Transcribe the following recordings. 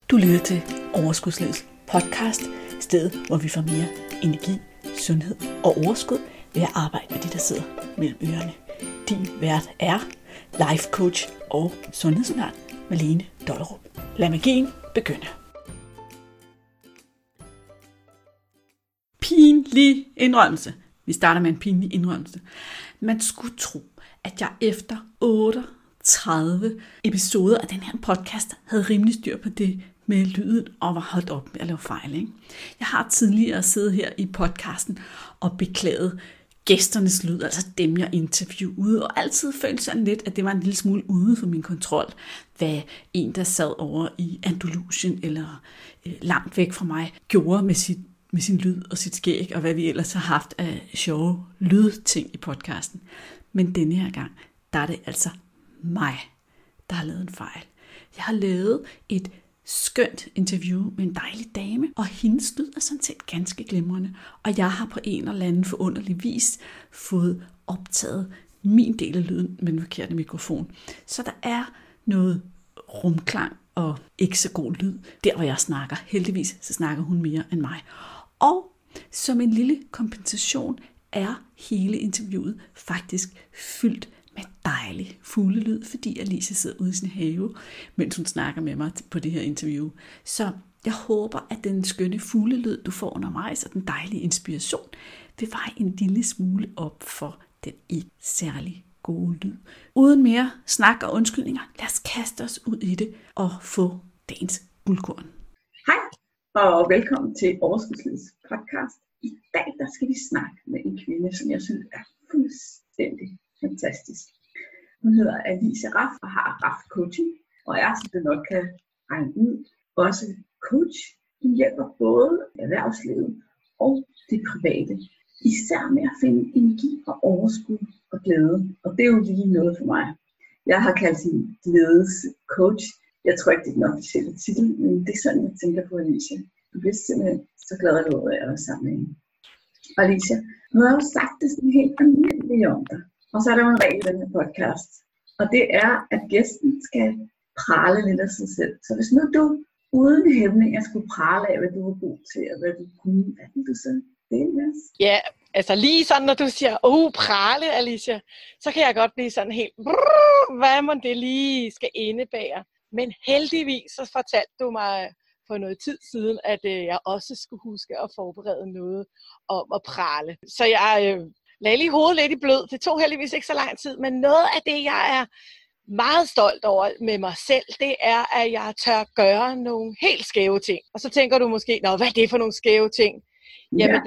Du lytter til Overskudslivets podcast, stedet hvor vi får mere energi, sundhed og overskud ved at arbejde med de, der sidder mellem ørerne. Din vært er life coach og sundhedsundern Malene Dollerup. Lad magien begynde. Pinlig indrømmelse. Vi starter med en pinlig indrømmelse. Man skulle tro, at jeg efter 38 episoder af den her podcast havde rimelig styr på det med lyden og var holdt op med at lave fejl. Ikke? Jeg har tidligere siddet her i podcasten og beklaget gæsternes lyd, altså dem jeg interviewede, og altid følte sådan lidt, at det var en lille smule ude for min kontrol, hvad en, der sad over i Andalusien eller langt væk fra mig, gjorde med sin lyd og sit skæg, og hvad vi ellers har haft af sjove lydting i podcasten. Men denne her gang, der er det altså mig, der har lavet en fejl. Jeg har lavet et skønt interview med en dejlig dame, og hendes lyd er sådan set ganske glimrende. Og jeg har på en eller anden forunderlig vis fået optaget min del af lyden med den forkerte mikrofon. Så der er noget rumklang og ikke så god lyd, der hvor jeg snakker. Heldigvis så snakker hun mere end mig. Og som en lille kompensation er hele interviewet faktisk fyldt med dejlig fuglelyd, fordi Alicia sidder ude i sin have, mens hun snakker med mig på det her interview. Så jeg håber, at den skønne fuglelyd, du får undervejs, og den dejlige inspiration, vil veje en lille smule op for den ikke særlig gode lyd. Uden mere snak og undskyldninger, lad os kaste os ud i det og få dagens guldkorn. Hej, og velkommen til Overskudslivets podcast. I dag der skal vi snakke med en kvinde, som jeg synes er fuldstændig fantastisk. Hun hedder Alicia Raff og har Raff Coaching, og er, som du nok kan regne ud, også coach. Hun hjælper både erhvervslivet og det private, især med at finde energi og overskud og glæde. Og det er jo lige noget for mig. Jeg har kaldt hende glædescoach. Jeg tror ikke, det er den officielle titel, men det er sådan, jeg tænker på Alicia. Du bliver simpelthen så glad at ud af at være sammen med hende. Og Alicia, nu har jeg jo sagt det sådan helt almindeligt om dig. Og så er der jo en regel i den her podcast. Og det er, at gæsten skal prale lidt af sig selv. Så hvis nu du uden hæmninger skulle prale af, hvad du var god til, og hvad du kunne, hvad vil du så dele med os? Ja, altså lige sådan, når du siger, prale, Alicia, så kan jeg godt blive sådan helt, hvad må det lige skal indebære. Men heldigvis så fortalte du mig for noget tid siden, at jeg også skulle huske at forberede noget om at prale. Så jeg lagde lige hovedet lidt i blød. Det tog heldigvis ikke så lang tid, men noget af det, jeg er meget stolt over med mig selv, det er, at jeg tør gøre nogle helt skæve ting. Og så tænker du måske, hvad er det for nogle skæve ting? Jamen,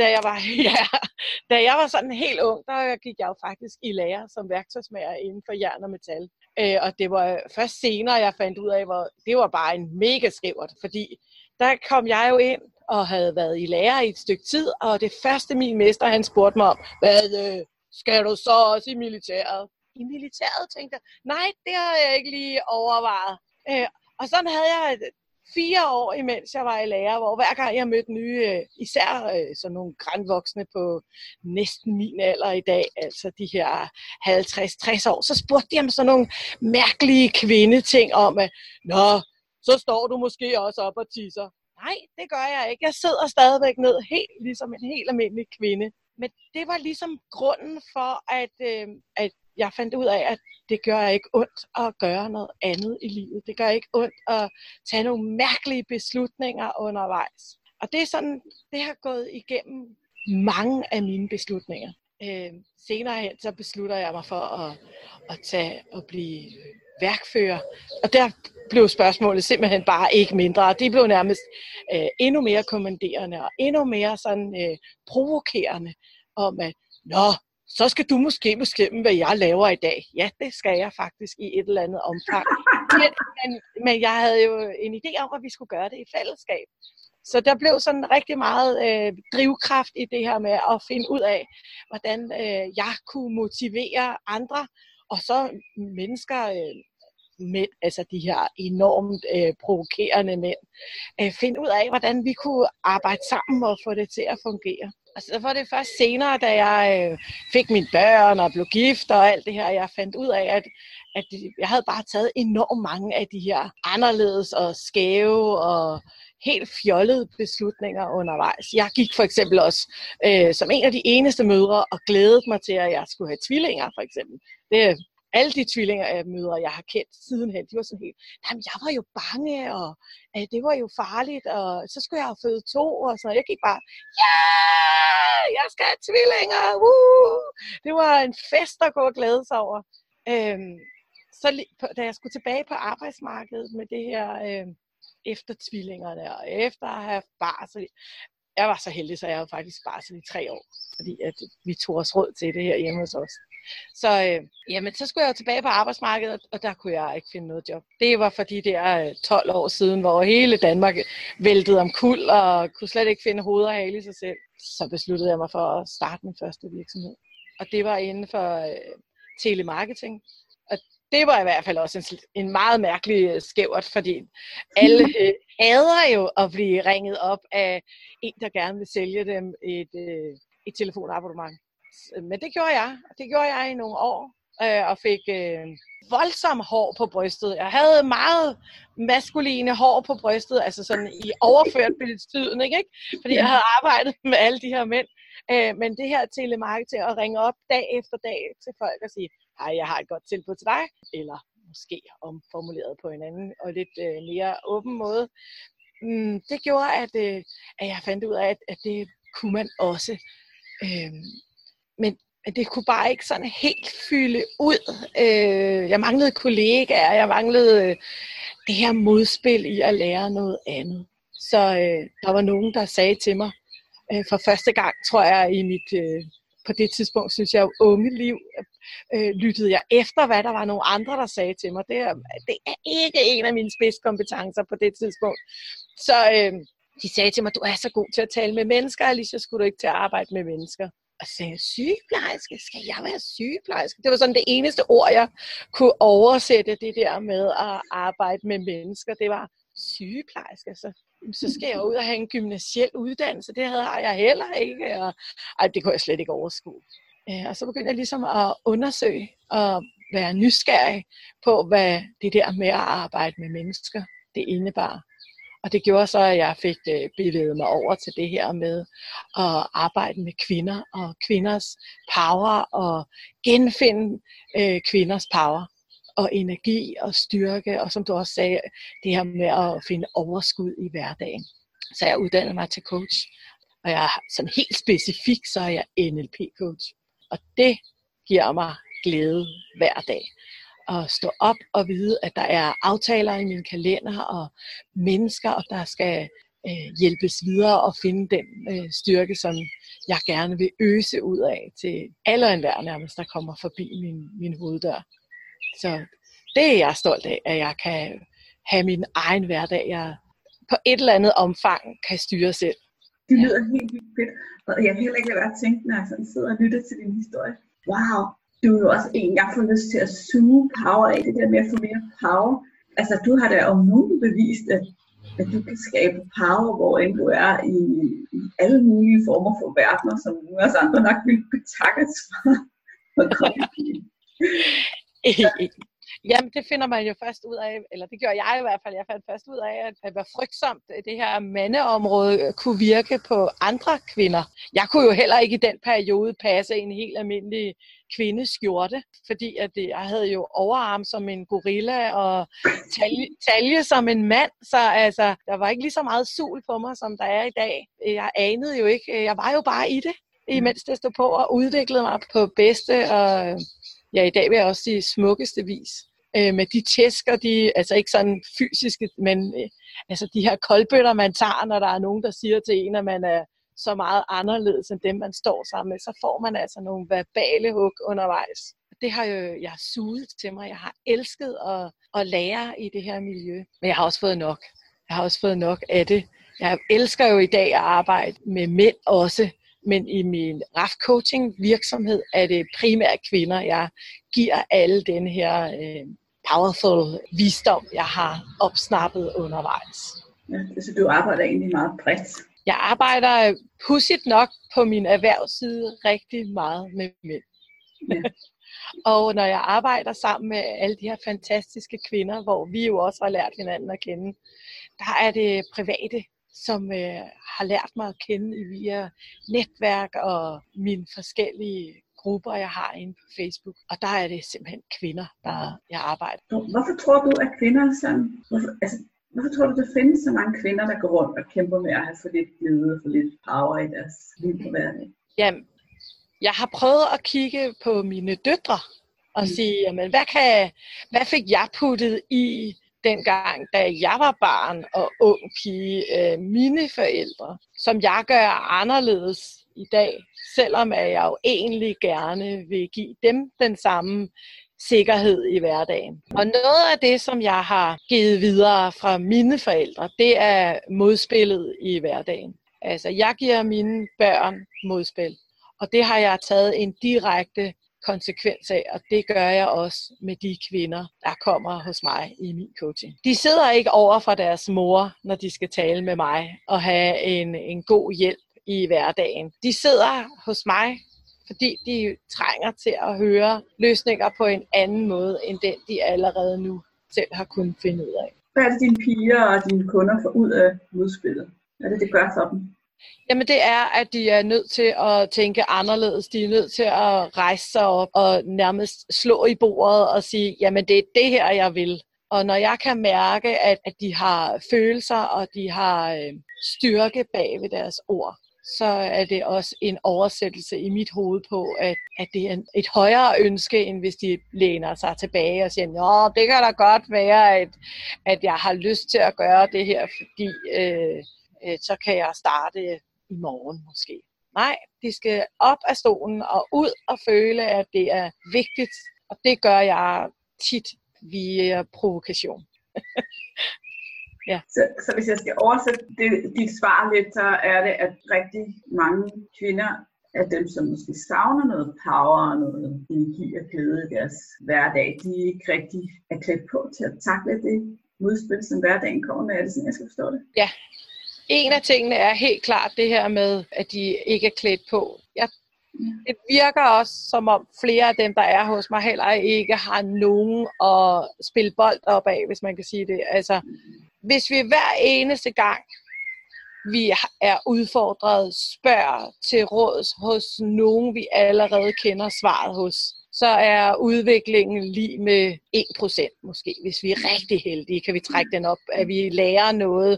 da jeg var sådan helt ung, der gik jeg jo faktisk i lære som værktøjsmager inden for jern og metal. Og det var først senere, jeg fandt ud af, hvor det var bare en mega skævert, fordi der kom jeg jo ind og havde været i lære i et stykke tid, og det første min mester, han spurgte mig om, hvad skal du så også i militæret? I militæret, tænkte jeg, nej, det har jeg ikke lige overvejet. Og sådan havde jeg 4 år, imens jeg var i lære, hvor hver gang jeg mødte nye, især sådan nogle grandvoksne på næsten min alder i dag, altså de her 50-60 år, så spurgte de om sådan nogle mærkelige kvindeting om, at så står du måske også op og tisser. Nej, det gør jeg ikke. Jeg sidder stadigvæk ned helt ligesom en helt almindelig kvinde. Men det var ligesom grunden for, at jeg fandt ud af, at det gør ikke ondt at gøre noget andet i livet. Det gør ikke ondt at tage nogle mærkelige beslutninger undervejs. Og det er sådan, det har gået igennem mange af mine beslutninger. Senere hen, så beslutter jeg mig for at tage og blive værkfører. Og der blev spørgsmålet simpelthen bare ikke mindre. Det blev nærmest endnu mere kommanderende og endnu mere sådan provokerende om, at så skal du måske bestemme, hvad jeg laver i dag. Ja, det skal jeg faktisk i et eller andet omfang. Men jeg havde jo en idé om, at vi skulle gøre det i fællesskab. Så der blev sådan rigtig meget drivkraft i det her med at finde ud af, hvordan jeg kunne motivere andre, og så mennesker, mænd, altså de her enormt provokerende mænd, finde ud af, hvordan vi kunne arbejde sammen og få det til at fungere. Og så var det først senere, da jeg fik mine børn og blev gift og alt det her, jeg fandt ud af, jeg havde bare taget enormt mange af de her anderledes og skæve og helt fjollede beslutninger undervejs. Jeg gik for eksempel også som en af de eneste mødre og glædede mig til, at jeg skulle have tvillinger, for eksempel. Alle de tvillingemødre, jeg har kendt sidenhen, de var sådan helt, jamen jeg var jo bange, og det var jo farligt, og så skulle jeg have født 2, og så jeg gik bare, ja, jeg skal have tvillinger, Det var en fest at gå og glæde sig over. Så da jeg skulle tilbage på arbejdsmarkedet med det her, efter tvillingerne, og efter at have barsel, jeg var så heldig, så jeg havde faktisk barsel i 3 år, fordi at vi tog os råd til det her hjemme hos os. Så skulle jeg jo tilbage på arbejdsmarkedet, og der kunne jeg ikke finde noget job. Det var fordi det er 12 år siden, hvor hele Danmark væltede omkuld og kunne slet ikke finde hoved og hale i sig selv. Så besluttede jeg mig for at starte min første virksomhed. Og det var inden for telemarketing. Og det var i hvert fald også en meget mærkelig skævert, fordi alle hader jo at blive ringet op af en, der gerne vil sælge dem et telefonabonnement. Men det gjorde jeg. Det gjorde jeg i nogle år, og fik voldsom hår på brystet. Jeg havde meget maskuline hår på brystet, altså sådan i overført betydning, ikke? Fordi jeg havde arbejdet med alle de her mænd. Men det her telemarketing at ringe op dag efter dag til folk og sige, hej, jeg har et godt tilbud til dig, eller måske omformuleret på en anden og lidt mere åben måde. Det gjorde, at jeg fandt ud af, at det kunne man også. Men det kunne bare ikke sådan helt fylde ud. Jeg manglede kollegaer, jeg manglede det her modspil i at lære noget andet. Så der var nogen, der sagde til mig, for første gang, tror jeg, i mit, på det tidspunkt, synes jeg, unge liv, lyttede jeg efter, hvad der var nogle andre, der sagde til mig. Det er ikke en af mine spidskompetencer på det tidspunkt. Så de sagde til mig, du er så god til at tale med mennesker, Alicia, skulle du ikke til at arbejde med mennesker? Og så sagde jeg, sygeplejerske? Skal jeg være sygeplejerske? Det var sådan det eneste ord, jeg kunne oversætte det der med at arbejde med mennesker. Det var sygeplejerske. Så skal jeg ud og have en gymnasiel uddannelse. Det havde jeg heller ikke. Og det kunne jeg slet ikke overskue. Og så begyndte jeg ligesom at undersøge og være nysgerrig på, hvad det der med at arbejde med mennesker, det indebar. Og det gjorde så, at jeg fik bevæget mig over til det her med at arbejde med kvinder og kvinders power og genfinde kvinders power og energi og styrke. Og som du også sagde, det her med at finde overskud i hverdagen. Så jeg uddannede mig til coach. Og jeg er sådan helt specifik, så er jeg NLP-coach. Og det giver mig glæde hver dag. At stå op og vide, at der er aftaler i min kalender og mennesker, og der skal hjælpes videre og finde den styrke, som jeg gerne vil øse ud af til alle og enhver nærmest, der kommer forbi min hoveddør. Så det er jeg stolt af, at jeg kan have min egen hverdag, jeg på et eller andet omfang kan styre selv. Det lyder helt vildt fedt, og jeg kan heller ikke lade være at tænke, når jeg sådan sidder og lytter til din historie. Wow! Du er jo også en, jeg får lyst til at suge power af, det der med at få mere power. Altså, du har da om nogen bevist, at du kan skabe power, hvor end du er i alle mulige former for verdener, som nogle af os andre nok vil betakke os for at komme i. Jamen, det finder man jo først ud af, eller det gjorde jeg i hvert fald. Jeg fandt først ud af, at hvor frygtsomt det her mandeområde kunne virke på andre kvinder. Jeg kunne jo heller ikke i den periode passe en helt almindelig kvindeskjorte, fordi at jeg havde jo overarm som en gorilla og talje som en mand, så altså, der var ikke lige så meget sul på mig, som der er i dag. Jeg anede jo ikke, jeg var jo bare i det, imens det stod på og udviklede mig på bedste og ja, i dag vil jeg også sige smukkeste vis. Med de tæsker, altså ikke sådan fysiske, men altså de her koldbøtter, man tager, når der er nogen, der siger til en, at man er så meget anderledes end dem, man står sammen med, så får man altså nogle verbale hug undervejs. Det har jo jeg suget til mig. Jeg har elsket at lære i det her miljø. Men jeg har også fået nok. Jeg har også fået nok af det. Jeg elsker jo i dag at arbejde med mænd også. Men i min RAF coaching virksomhed er det primært kvinder. Jeg giver alle den her powerful visdom, jeg har opsnappet undervejs. Ja, så du arbejder egentlig meget bredt? Jeg arbejder pudsigt nok på min erhvervsside rigtig meget med mænd. Ja. Og når jeg arbejder sammen med alle de her fantastiske kvinder, hvor vi jo også har lært hinanden at kende, der er det private, som har lært mig at kende via netværk og mine forskellige grupper, jeg har inde på Facebook. Og der er det simpelthen kvinder, jeg arbejder. Hvorfor tror du, at kvinder sådan... Hvorfor tror du, der findes så mange kvinder, der går rundt og kæmper med at have for lidt glæde og for lidt power i deres liv på hverdag? Jamen, jeg har prøvet at kigge på mine døtre og sige, jamen, hvad fik jeg puttet i dengang, da jeg var barn og ung pige, mine forældre, som jeg gør anderledes i dag, selvom jeg jo egentlig gerne vil give dem den samme sikkerhed i hverdagen. Og noget af det, som jeg har givet videre fra mine forældre, det er modspillet i hverdagen. Altså, jeg giver mine børn modspil, og det har jeg taget en direkte konsekvens af, og det gør jeg også med de kvinder, der kommer hos mig i min coaching. De sidder ikke over for deres mor, når de skal tale med mig og have en god hjælp i hverdagen. De sidder hos mig, fordi de trænger til at høre løsninger på en anden måde, end den de allerede nu selv har kunnet finde ud af. Hvad er det, dine piger og dine kunder får ud af modspillet? Hvad er det gør for dem? Jamen det er, at de er nødt til at tænke anderledes. De er nødt til at rejse sig op og nærmest slå i bordet og sige, jamen det er det her, jeg vil. Og når jeg kan mærke, at de har følelser, og de har styrke bag ved deres ord, så er det også en oversættelse i mit hoved på, at det er et højere ønske, end hvis de læner sig tilbage og siger, nå, det kan da godt være, at jeg har lyst til at gøre det her, fordi så kan jeg starte i morgen måske. Nej, de skal op af stolen og ud og føle, at det er vigtigt, og det gør jeg tit via provokation. Ja. Så hvis jeg skal oversætte dit svar lidt, så er det, at rigtig mange kvinder er dem, som måske savner noget power og noget energi og glæde i deres hverdag. De er ikke rigtig er klædt på til at takle det modspil, som hverdagen kommer med. Er det sådan, jeg skal forstå det? Ja. En af tingene er helt klart det her med, at de ikke er klædt på. Det virker også, som om flere af dem, der er hos mig, heller ikke har nogen at spille bold op af, hvis man kan sige det. Altså, hvis vi hver eneste gang, vi er udfordret, spørger til råds hos nogen, vi allerede kender svaret hos, så er udviklingen lige med 1% måske. Hvis vi er rigtig heldige, kan vi trække den op, at vi lærer noget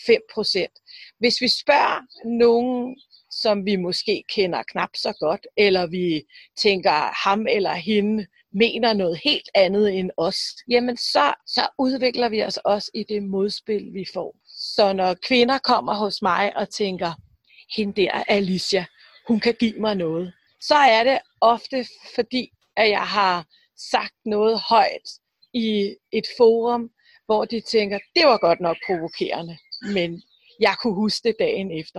5%. Hvis vi spørger nogen, som vi måske kender knap så godt, eller vi tænker, ham eller hende mener noget helt andet end os, jamen så udvikler vi os også i det modspil, vi får. Så når kvinder kommer hos mig og tænker, hende der Alicia, hun kan give mig noget, så er det ofte fordi, at jeg har sagt noget højt i et forum, hvor de tænker, det var godt nok provokerende, men jeg kunne huske det dagen efter.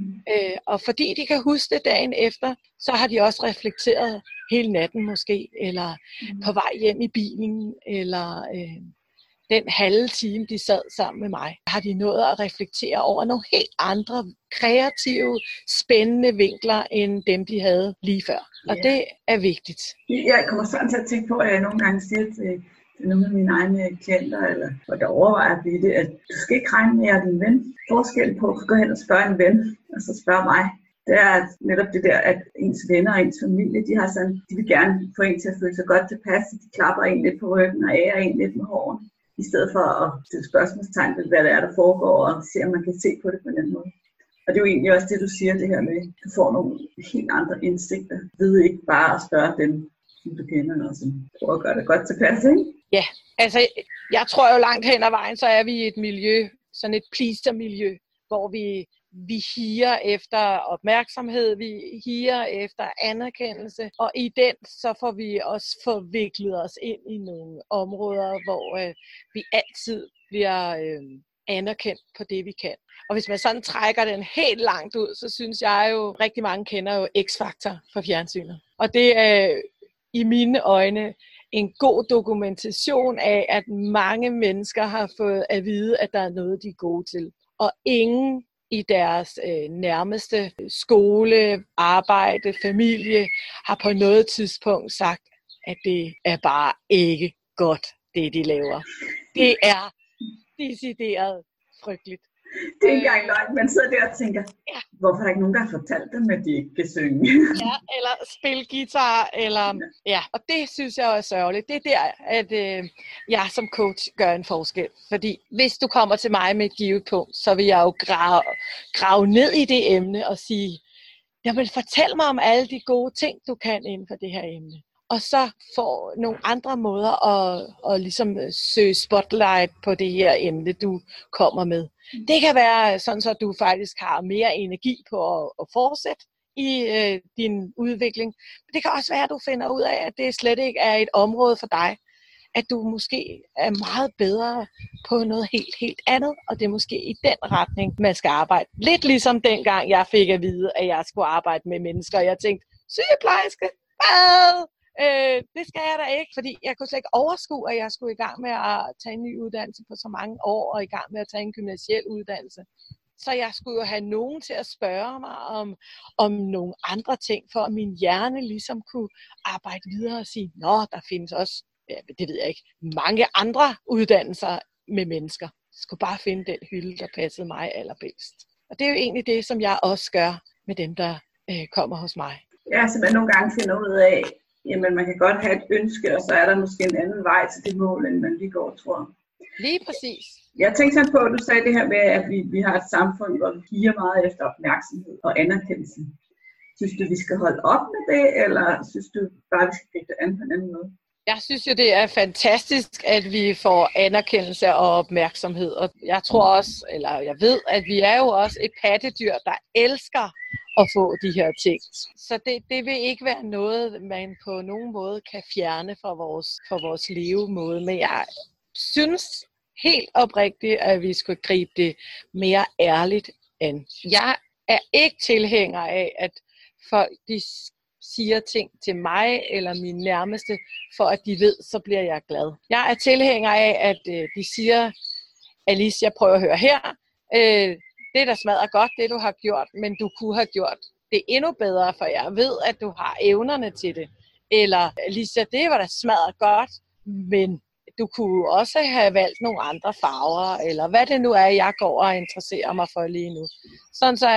Og fordi de kan huske det dagen efter, så har de også reflekteret hele natten måske, eller på vej hjem i bilen, eller den halve time, de sad sammen med mig, har de nået at reflektere over nogle helt andre kreative, spændende vinkler, end dem, de havde lige før. Og det er vigtigt. Jeg kommer sådan til at tænke på, at jeg nogle gange siger til nogle af mine egne klienter, eller der overvejer at blive det, at du skal ikke regne med at din ven. Forskel på at gå hen og spørge en ven, og så spørge mig. Det er netop det der, at ens venner og ens familie, de vil gerne få en til at føle sig godt tilpas. De klapper en lidt på ryggen og ærer en lidt med hården, i stedet for at stille spørgsmålstegn ved, hvad det er, der foregår, og se, om man kan se på det på den måde. Og det er jo egentlig også det, du siger, det her med, at du får nogle helt andre indsigter. Du ved ikke bare at spørge dem, som du kender, og som prøver at gøre det godt tilpas, ikke? Ja, altså jeg tror jo langt hen ad vejen, så er vi i et miljø, sådan et pleaser-miljø, hvor vi higer efter opmærksomhed, vi higer efter anerkendelse, og i den så får vi også forviklet os ind i nogle områder, hvor vi altid bliver anerkendt på det, vi kan. Og hvis man sådan trækker den helt langt ud, så synes jeg jo, rigtig mange kender jo X-Factor fra fjernsynet. Og det er i mine øjne en god dokumentation af, at mange mennesker har fået at vide, at der er noget, de er gode til. Og ingen i deres nærmeste skole, arbejde, familie har på noget tidspunkt sagt, at det er bare ikke godt, det de laver. Det er decideret frygteligt. Det er ikke engang løgn. Man sidder der og tænker, hvorfor er der ikke nogen, der har fortalt dem, at de ikke kan synge? Ja, eller spille guitar, eller ja. Og det synes jeg er sørgeligt. Det er der, at jeg som coach gør en forskel. Fordi hvis du kommer til mig med et givet punkt, så vil jeg jo grave ned i det emne og sige, jeg vil fortælle mig om alle de gode ting, du kan inden for det her emne. Og så få nogle andre måder at ligesom søge spotlight på det her emne, du kommer med. Det kan være sådan, så du faktisk har mere energi på at fortsætte i din udvikling. Men det kan også være, at du finder ud af, at det slet ikke er et område for dig. At du måske er meget bedre på noget helt andet, og det er måske i den retning, man skal arbejde. Lidt ligesom dengang jeg fik at vide, at jeg skulle arbejde med mennesker, og jeg tænkte, sygeplejerske, hvad? Det skal jeg da ikke, fordi jeg kunne slet ikke overskue, at jeg skulle i gang med at tage en ny uddannelse på så mange år, og i gang med at tage en gymnasiel uddannelse. Så jeg skulle jo have nogen til at spørge mig om nogle andre ting, for at min hjerne ligesom kunne arbejde videre og sige, nå, der findes også, det ved jeg ikke, mange andre uddannelser med mennesker. Jeg skulle bare finde den hylde, der passede mig allerbedst. Og det er jo egentlig det, som jeg også gør med dem, der kommer hos mig. Ja, så man nogle gange finder ud af, jamen man kan godt have et ønske, og så er der måske en anden vej til det mål, end man lige går og tror. Lige præcis. Jeg tænkte sådan på, at du sagde det her med, at vi har et samfund, hvor vi giver meget efter opmærksomhed og anerkendelse. Synes du, vi skal holde op med det, eller synes du bare, vi skal gribe det an på en anden måde? Jeg synes jo, det er fantastisk, at vi får anerkendelse og opmærksomhed. Og jeg tror også, eller jeg ved, at vi er jo også et pattedyr, der elsker at få de her ting. Så det vil ikke være noget, man på nogen måde kan fjerne fra vores levemåde. Men jeg synes helt oprigtigt, at vi skulle gribe det mere ærligt an. Jeg er ikke tilhænger af, at folk de siger ting til mig eller min nærmeste, for at de ved, så bliver jeg glad. Jeg er tilhænger af, at de siger, Alice, jeg prøver at høre her, det der smadrer godt, det du har gjort, men du kunne have gjort det endnu bedre, for jeg ved, at du har evnerne til det. Eller, Alice, det var da smadret godt, men du kunne også have valgt nogle andre farver, eller hvad det nu er, jeg går og interesserer mig for lige nu. Sådan så,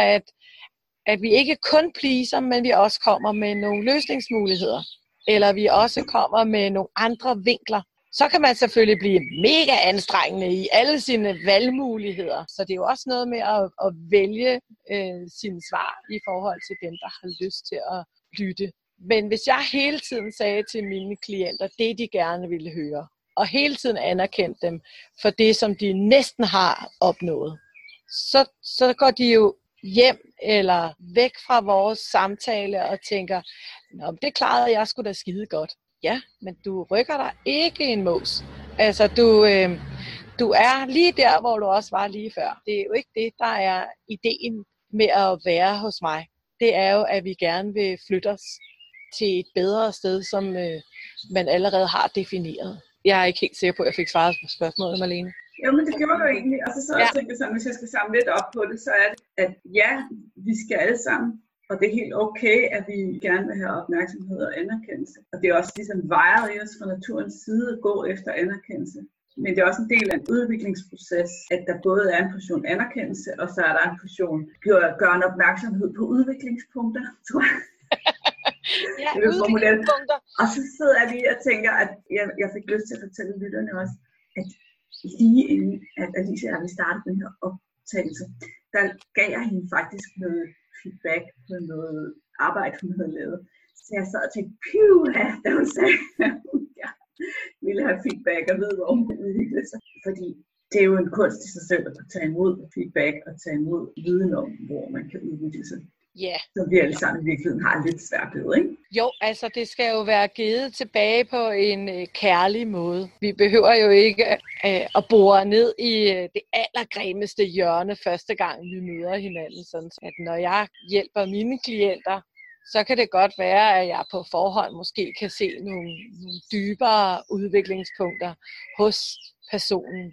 at vi ikke kun pleaser, men vi også kommer med nogle løsningsmuligheder. Eller vi også kommer med nogle andre vinkler. Så kan man selvfølgelig blive mega anstrengende i alle sine valgmuligheder. Så det er jo også noget med at vælge sine svar i forhold til dem, der har lyst til at lytte. Men hvis jeg hele tiden sagde til mine klienter det, de gerne ville høre, og hele tiden anerkendte dem for det, som de næsten har opnået, så går de jo hjem eller væk fra vores samtale og tænker, nå, det klarede jeg sgu da skide godt. Ja, men du rykker dig ikke en mås. Altså, du er lige der, hvor du også var lige før. Det er jo ikke det, der er ideen med at være hos mig. Det er jo, at vi gerne vil flytte os til et bedre sted, som man allerede har defineret. Jeg er ikke helt sikker på, at jeg fik svaret på spørgsmålet, Marlene. Jo, men det gjorde du egentlig. Og så jeg tænkte sådan, hvis jeg skal samle lidt op på det, så er det, at ja, vi skal alle sammen. Og det er helt okay, at vi gerne vil have opmærksomhed og anerkendelse. Og det er også ligesom vejet i os fra naturens side at gå efter anerkendelse. Men det er også en del af en udviklingsproces, at der både er en portion anerkendelse, og så er der en portion gør en opmærksomhed på udviklingspunkter, tror jeg. Ja, udviklingspunkter. Og så sidder jeg lige og tænker, at jeg fik lyst til at fortælle lytterne også, at lige inden at Alice og vi startede den her optagelse, der gav jeg hende faktisk noget feedback på noget arbejde, hun havde lavet. Så jeg sad og tænkte, da hun sagde, at hun ville have feedback og vide, hvor hun udviklede sig. Fordi det er jo en kunst i sig selv at kunne tage imod feedback og tage imod viden om, hvor man kan udvikle sig. Ja. Så vi alle sammen i virkeligheden har lidt svært ved, ikke? Jo, altså det skal jo være givet tilbage på en kærlig måde. Vi behøver jo ikke at bore ned i det allergrimmeste hjørne første gang, vi møder hinanden. Sådan at når jeg hjælper mine klienter, så kan det godt være, at jeg på forhånd måske kan se nogle dybere udviklingspunkter hos personen.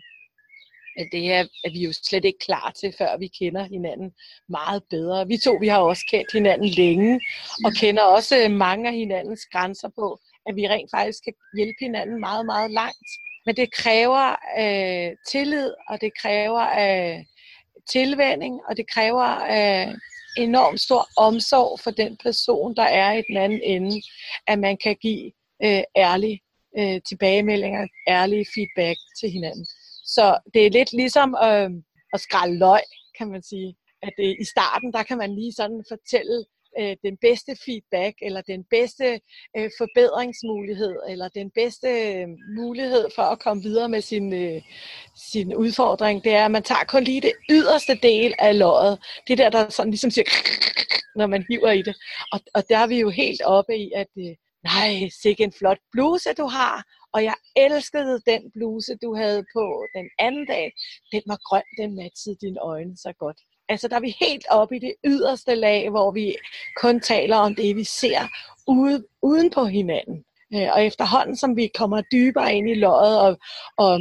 Det er vi jo slet ikke klar til, før vi kender hinanden meget bedre. Vi har også kendt hinanden længe, og kender også mange af hinandens grænser på, at vi rent faktisk kan hjælpe hinanden meget, meget langt. Men det kræver tillid, og det kræver tilvænning, og det kræver enormt stor omsorg for den person, der er i den anden ende, at man kan give ærlige tilbagemeldinger, ærlige feedback til hinanden. Så det er lidt ligesom at skrælle løg, kan man sige. At i starten, der kan man lige sådan fortælle den bedste feedback, eller den bedste forbedringsmulighed, eller den bedste mulighed for at komme videre med sin udfordring. Det er, at man tager kun lige det yderste del af løget. Det der sådan ligesom siger, når man hiver i det. Og der er vi jo helt oppe i, at nej, sikke en flot bluse, du har. Og jeg elskede den bluse, du havde på den anden dag. Den var grøn, den matchede dine øjne så godt. Altså der er vi helt oppe i det yderste lag, hvor vi kun taler om det, vi ser uden på hinanden. Og efterhånden, som vi kommer dybere ind i løget, og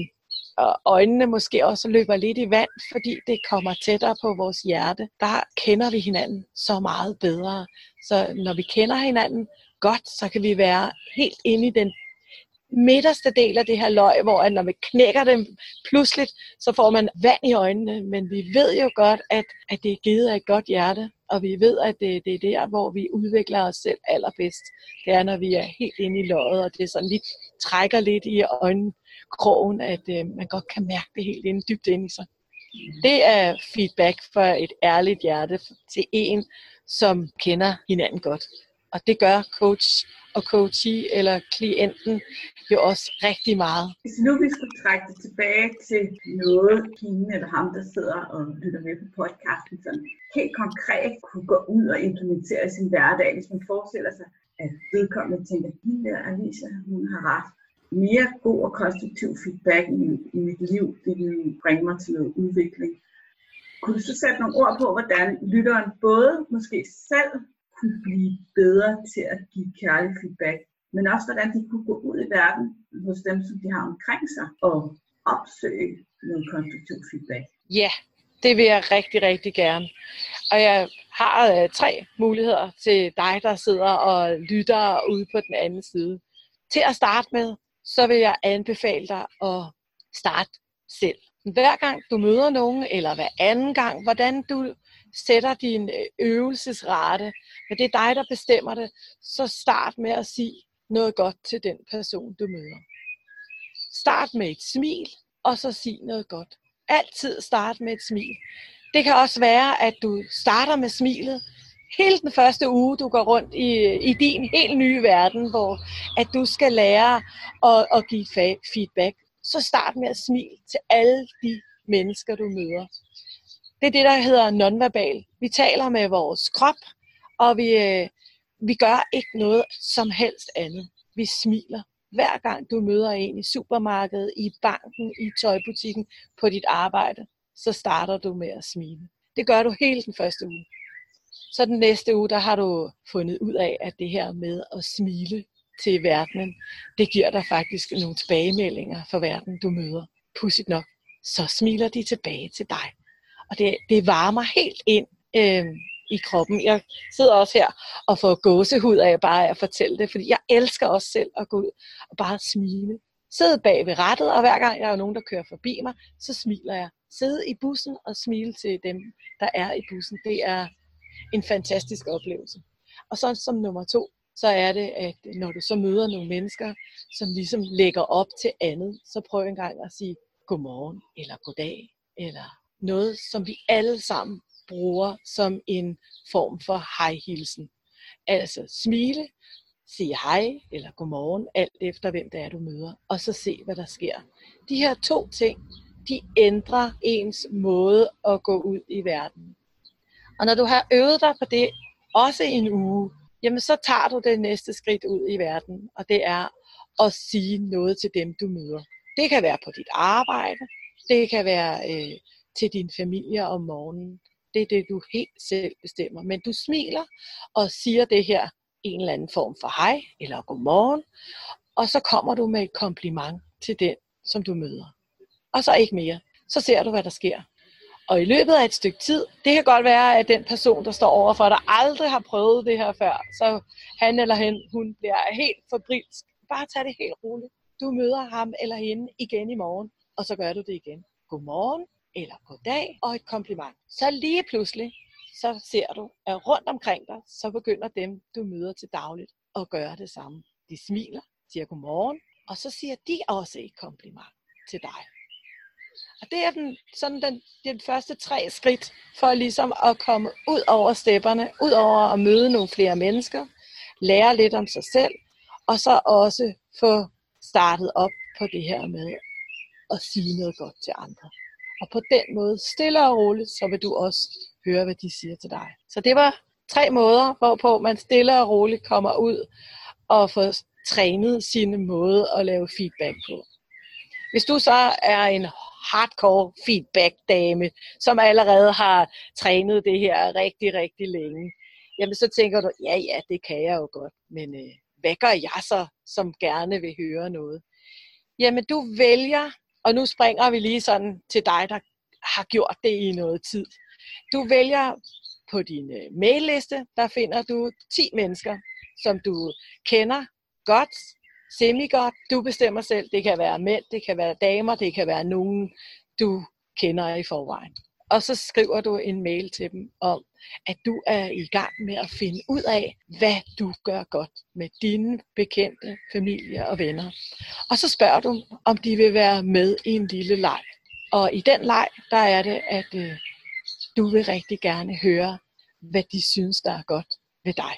øjnene måske også løber lidt i vand, fordi det kommer tættere på vores hjerte, der kender vi hinanden så meget bedre. Så når vi kender hinanden godt, så kan vi være helt inde i den midterste del af det her løg, hvor når vi knækker dem pludseligt, så får man vand i øjnene. Men vi ved jo godt, at det er givet af et godt hjerte, og vi ved, at det er der, hvor vi udvikler os selv allerbedst. Det er, når vi er helt inde i løget, og det er sådan lidt, trækker lidt i øjenkrogen, at man godt kan mærke det helt inde, dybt inde i sig. Det er feedback for et ærligt hjerte til en, som kender hinanden godt. Og det gør coach og coachee eller klienten jo også rigtig meget. Hvis nu vi skulle trække det tilbage til noget, hende eller ham, der sidder og lytter med på podcasten, sådan helt konkret kunne gå ud og implementere i sin hverdag, hvis man forestiller sig, at vedkommende tænker, at hende der Alicia, hun har ret. Mere god og konstruktiv feedback i mit liv, det vil bringe mig til noget udvikling. Kunne du så sætte nogle ord på, hvordan lytteren både måske selv kunne blive bedre til at give kærlig feedback, men også hvordan de kunne gå ud i verden hos dem, som de har omkring sig, og opsøge noget konstruktiv feedback? Ja, det vil jeg rigtig, rigtig gerne. Og jeg har 3 muligheder til dig, der sidder og lytter ude på den anden side. Til at starte med, så vil jeg anbefale dig at starte selv. Hver gang du møder nogen, eller hver anden gang, hvordan du sætter din øvelsesrate, men det er dig, der bestemmer det, så start med at sige noget godt til den person, du møder. Start med et smil, og så sig noget godt. Altid start med et smil. Det kan også være, at du starter med smilet hele den første uge, du går rundt i din helt nye verden, hvor at du skal lære at give feedback. Så start med at smile til alle de mennesker, du møder. Det er det, der hedder nonverbal. Vi taler med vores krop, og vi gør ikke noget som helst andet. Vi smiler. Hver gang du møder en i supermarkedet, i banken, i tøjbutikken, på dit arbejde, så starter du med at smile. Det gør du hele den første uge. Så den næste uge, der har du fundet ud af, at det her med at smile til verdenen, det giver dig faktisk nogle tilbagemeldinger for verden, du møder. Pudsigt nok, så smiler de tilbage til dig. Og det varmer helt ind i kroppen. Jeg sidder også her og får gåsehud af bare at fortælle det, fordi jeg elsker også selv at gå ud og bare smile. Sidde bag ved rattet, og hver gang der er nogen, der kører forbi mig, så smiler jeg. Sidde i bussen og smile til dem, der er i bussen. Det er en fantastisk oplevelse. Og så som nummer 2, så er det, at når du så møder nogle mennesker, som ligesom lægger op til andet, så prøv en gang at sige godmorgen, eller goddag, eller noget, som vi alle sammen bruger som en form for hej-hilsen. Altså smile, sige hej eller godmorgen, alt efter hvem det er, du møder, og så se, hvad der sker. De her 2 ting, de ændrer ens måde at gå ud i verden. Og når du har øvet dig på det, også en uge, jamen så tager du det næste skridt ud i verden, og det er at sige noget til dem, du møder. Det kan være på dit arbejde, det kan være til din familie om morgenen. Det er det, du helt selv bestemmer. Men du smiler og siger det her en eller anden form for hej eller godmorgen, og så kommer du med et kompliment til den, som du møder. Og så ikke mere. Så ser du, hvad der sker. Og i løbet af et stykke tid, det kan godt være, at den person, der står overfor dig, aldrig har prøvet det her før. Så han eller hun bliver helt febrilsk bare tage det helt roligt. Du møder ham eller hende igen i morgen, og så gør du det igen. Godmorgen eller goddag og et kompliment. Så lige pludselig, så ser du, at rundt omkring dig, så begynder dem, du møder til dagligt, at gøre det samme. De smiler, siger godmorgen, og så siger de også et kompliment til dig. Og det er den første 3 skridt for ligesom at komme ud over stepperne, ud over at møde nogle flere mennesker, lære lidt om sig selv, og så også få startet op på det her med at sige noget godt til andre. Og på den måde, stille og roligt, så vil du også høre, hvad de siger til dig. Så det var 3 måder, hvorpå man stille og roligt kommer ud og får trænet sine måder at lave feedback på. Hvis du så er en hardcore feedback-dame, som allerede har trænet det her rigtig, rigtig længe, jamen så tænker du, ja, det kan jeg jo godt, men hvad gør jeg så, som gerne vil høre noget? Jamen du vælger, og nu springer vi lige sådan til dig, der har gjort det i noget tid. Du vælger på din mailliste, der finder du 10 mennesker, som du kender godt, semi-godt. Du bestemmer selv. Det kan være mænd, det kan være damer, det kan være nogen, du kender i forvejen. Og så skriver du en mail til dem om, at du er i gang med at finde ud af, hvad du gør godt med dine bekendte, familie og venner. Og så spørger du, om de vil være med i en lille leg. Og i den leg, der er det, at du vil rigtig gerne høre, hvad de synes, der er godt ved dig.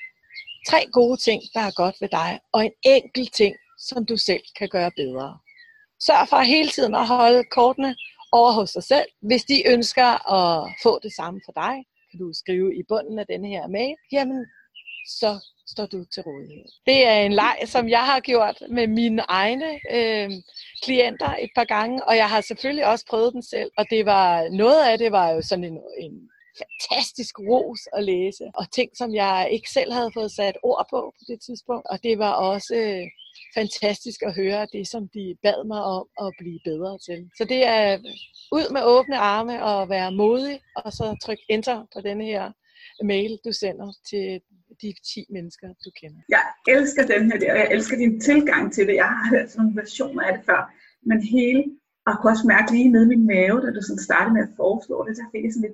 3 gode ting, der er godt ved dig, og en enkelt ting, som du selv kan gøre bedre. Sørg for hele tiden at holde kortene over hos dig selv. Hvis de ønsker at få det samme for dig, kan du skrive i bunden af denne her mail, jamen så står du til rådighed. Det er en leg, som jeg har gjort med mine egne klienter et par gange, og jeg har selvfølgelig også prøvet den selv, og det var noget af det var jo sådan en fantastisk ros at læse, og ting, som jeg ikke selv havde fået sat ord på det tidspunkt, og det var også fantastisk at høre det, som de bad mig om at blive bedre til. Så det er ud med åbne arme og være modig, og så tryk enter på denne her mail, du sender til de 10 mennesker, du kender. Jeg elsker den her, og jeg elsker din tilgang til det. Jeg har hørt sådan nogle versioner af det før, men hele, og kunne også mærke lige nede i min mave, da du sådan startede med at foreslå det, så fik jeg sådan lidt,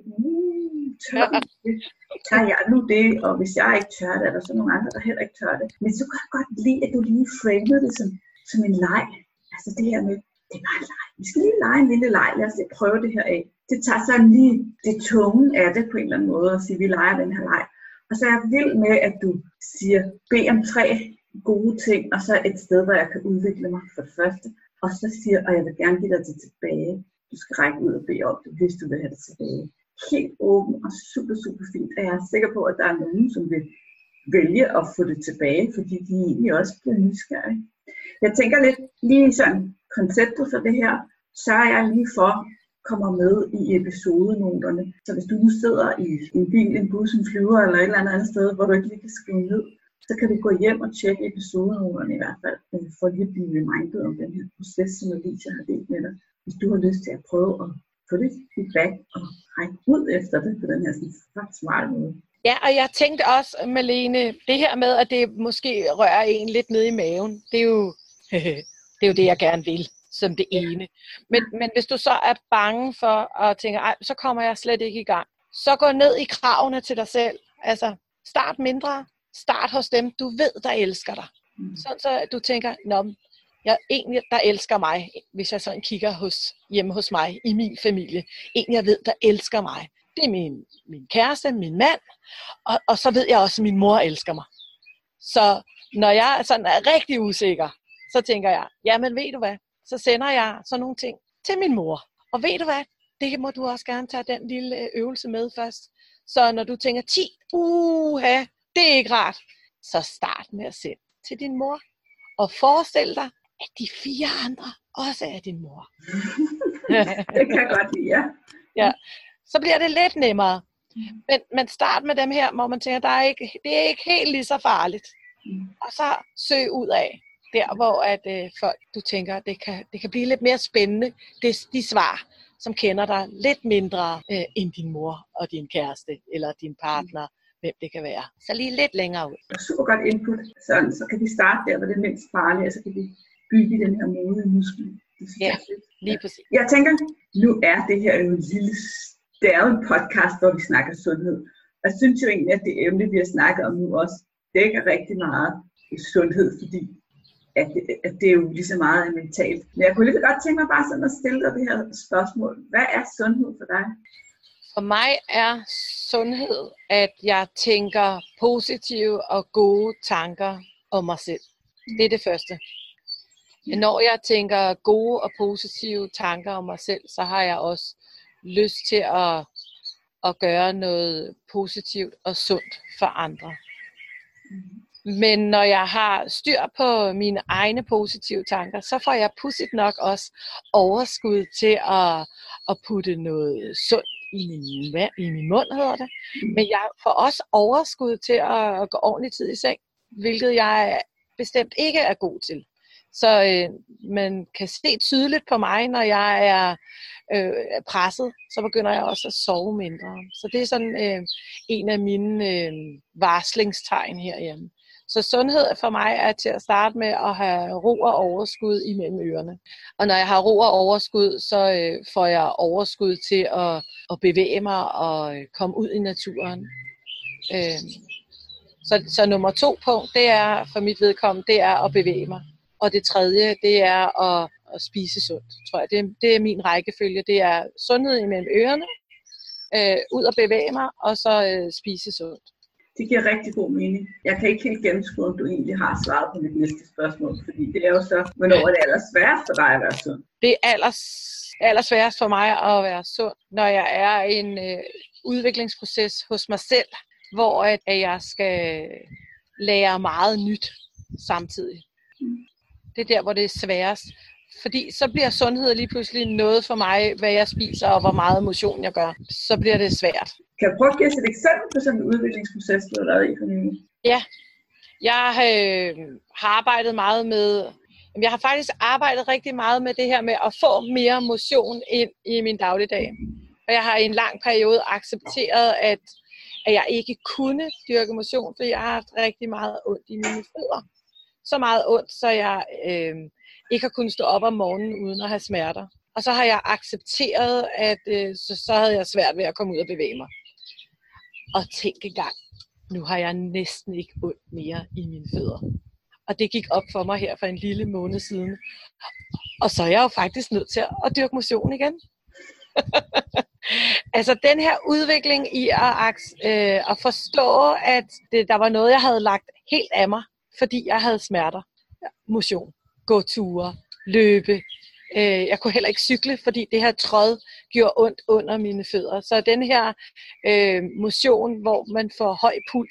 tør jeg nu det, og hvis jeg ikke tør det, er der så nogle andre, der heller ikke tør det. Men så kan jeg godt lide, at du lige framede det som en leg. Altså det her med, det er bare en leg. Vi skal lige lege en lille leg, lad os lige prøve det her af. Det tager sådan lige det tunge af det på en eller anden måde, og sige, vi leger den her leg. Og så er jeg vild med, at du siger, bed om 3 gode ting, og så et sted, hvor jeg kan udvikle mig for det første. Og så siger, og jeg vil gerne give dig det tilbage. Du skal række ud og bede om det, hvis du vil have det tilbage. Helt åben og super, super fint. Og jeg er sikker på, at der er nogen, som vil vælge at få det tilbage, fordi de egentlig også bliver nysgerrige. Jeg tænker lidt lige sådan konceptet for det her, så er jeg lige for kommer med i episodenoterne. Så hvis du nu sidder i en bil, en bus, en flyver eller et eller andet sted, hvor du ikke lige kan skrive ned, så kan du gå hjem og tjekke episodenoterne i hvert fald, for lige at blive remindet om den her proces, som Alicia har delt med dig. Hvis du har lyst til at prøve at få lidt feedback og række ud efter det på den her sådan ret smarte måde. Ja, og jeg tænkte også, Malene, det her med, at det måske rører en lidt ned i maven, det er jo det, jeg gerne vil. Som det ene. Men hvis du så er bange for at tænke, så kommer jeg slet ikke i gang. Så gå ned i kravene til dig selv. Altså, start mindre. Start hos dem, du ved, der elsker dig. Sådan så du tænker, jeg egentlig, der elsker mig, hvis jeg sådan kigger hjemme hos mig, i min familie. En, jeg ved, der elsker mig. Det er min kæreste, min mand, og så ved jeg også, at min mor elsker mig. Så når jeg sådan er rigtig usikker, så tænker jeg, jamen ved du hvad, så sender jeg sådan nogle ting til min mor. Og ved du hvad, det må du også gerne tage den lille øvelse med først. Så når du tænker 10, det er ikke rart, så start med at sende til din mor. Og forestil dig, at de 4 andre også er din mor. Det kan jeg godt lide, ja. Ja. Så bliver det lidt nemmere. Men start med dem her, hvor man tænker, det er ikke helt lige så farligt. Og så søg ud af der, hvor at folk, du tænker, det kan blive lidt mere spændende. Det er de svar, som kender dig lidt mindre end din mor og din kæreste, eller din partner, hvem det kan være. Så lige lidt længere ud. Super godt input. Så kan vi starte der, hvor det er mindst farligt, og så kan vi bygge den her modige muskel. Ja, lige præcis. Jeg tænker, nu er det her jo en lille, det er jo en podcast, hvor vi snakker sundhed. Og jeg synes jo egentlig, at det emne, vi har snakket om nu også, dækker rigtig meget sundhed, fordi at det er jo lige så meget mentalt. Men jeg kunne lige godt tænke mig bare sådan at stille dig det her spørgsmål. Hvad er sundhed for dig? For mig er sundhed, at jeg tænker positive og gode tanker om mig selv. Det er det første. Når jeg tænker gode og positive tanker om mig selv, så har jeg også lyst til at gøre noget positivt og sundt for andre. Men når jeg har styr på mine egne positive tanker, så får jeg pudsigt nok også overskud til at putte noget sundt i min mund, hedder det. Men jeg får også overskud til at gå ordentligt tid i seng, hvilket jeg bestemt ikke er god til. Så man kan se tydeligt på mig, når jeg er presset, så begynder jeg også at sove mindre. Så det er sådan en af mine varslingstegn herhjemme. Så sundhed for mig er til at starte med at have ro og overskud imellem ørerne. Og når jeg har ro og overskud, så får jeg overskud til at bevæge mig og komme ud i naturen. Så nummer 2 punkt, det er for mit vedkommende, det er at bevæge mig. Og det tredje, det er at spise sundt, tror jeg. Det er min rækkefølge. Det er sundhed imellem ørerne, ud og bevæge mig, og så spise sundt. Det giver rigtig god mening. Jeg kan ikke helt gennemskue, om du egentlig har svaret på mit næste spørgsmål, fordi det er jo så, hvornår er det allersværest for dig at være sund? Det er allersværest for mig at være sund, når jeg er i en udviklingsproces hos mig selv, hvor at jeg skal lære meget nyt samtidig. Det er der, hvor det er sværest. Fordi så bliver sundhed lige pludselig noget for mig, hvad jeg spiser og hvor meget motion jeg gør. Så bliver det svært. Kan du prøve at give os et eksempel på sådan en udviklingsproces, du har lavet i for nylig? Ja, jeg har arbejdet meget med... Jeg har faktisk arbejdet rigtig meget med det her med at få mere motion ind i min dagligdag. Og jeg har i en lang periode accepteret, at jeg ikke kunne dyrke motion, fordi jeg har haft rigtig meget ondt i mine fødder. Så meget ondt, så jeg ikke har kunnet stå op om morgenen uden at have smerter. Og så har jeg accepteret, at så havde jeg svært ved at komme ud og bevæge mig. Og tænk engang, nu har jeg næsten ikke ondt mere i mine fødder. Og det gik op for mig her for en lille måned siden. Og så er jeg jo faktisk nødt til at dyrke motion igen. Altså den her udvikling i at forstå, at der var noget, jeg havde lagt helt af mig, fordi jeg havde smerter. Motion, gåture, løbe. Jeg kunne heller ikke cykle, fordi det her tråd gjorde ondt under mine fødder. Så den her motion, hvor man får høj puls,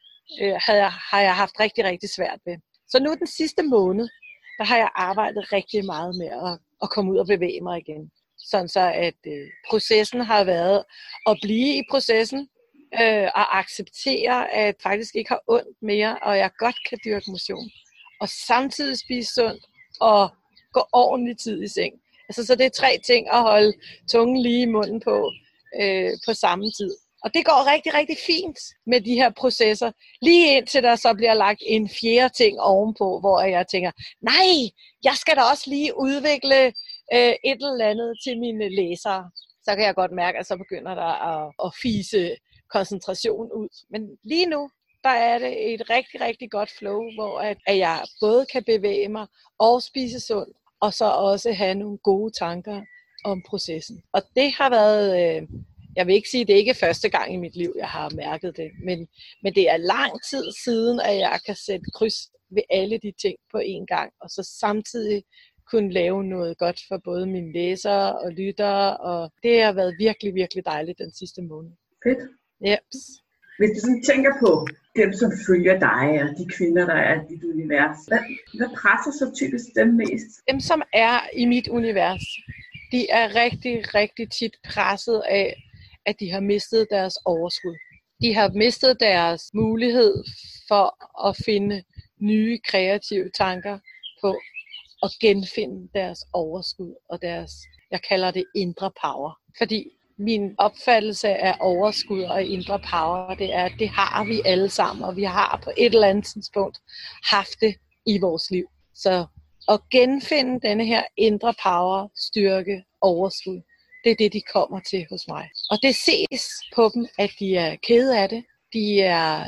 har jeg haft rigtig, rigtig svært ved. Så nu den sidste måned, der har jeg arbejdet rigtig meget med at komme ud og bevæge mig igen. Sådan så, at processen har været at blive i processen, og acceptere, at jeg faktisk ikke har ondt mere, og jeg godt kan dyrke motion. Og samtidig spise sundt, og gå ordentlig tid i seng. Altså, så det er 3 ting at holde tungen lige i munden på samme tid. Og det går rigtig, rigtig fint med de her processer. Lige indtil der så bliver lagt en 4. ting ovenpå, hvor jeg tænker, nej, jeg skal da også lige udvikle et eller andet til mine læsere. Så kan jeg godt mærke, at så begynder der at fise koncentration ud. Men lige nu, der er det et rigtig, rigtig godt flow, hvor at jeg både kan bevæge mig og spise sundt, og så også have nogle gode tanker om processen. Og det har været, jeg vil ikke sige, at det ikke er første gang i mit liv, jeg har mærket det, men det er lang tid siden, at jeg kan sætte kryds ved alle de ting på én gang, og så samtidig kunne lave noget godt for både mine læsere og lyttere, og det har været virkelig, virkelig dejligt den sidste måned. Fedt. Yep. Hvis du sådan tænker på dem, som følger dig, og de kvinder, der er i dit univers, hvad presser så typisk dem mest? Dem, som er i mit univers, de er rigtig, rigtig tit presset af, at de har mistet deres overskud. De har mistet deres mulighed for at finde nye kreative tanker på at genfinde deres overskud og deres, jeg kalder det indre power. Fordi min opfattelse af overskud og indre power, det er, at det har vi alle sammen, og vi har på et eller andet tidspunkt haft det i vores liv. Så at genfinde denne her indre power, styrke, overskud, det er det, de kommer til hos mig. Og det ses på dem, at de er kede af det, de er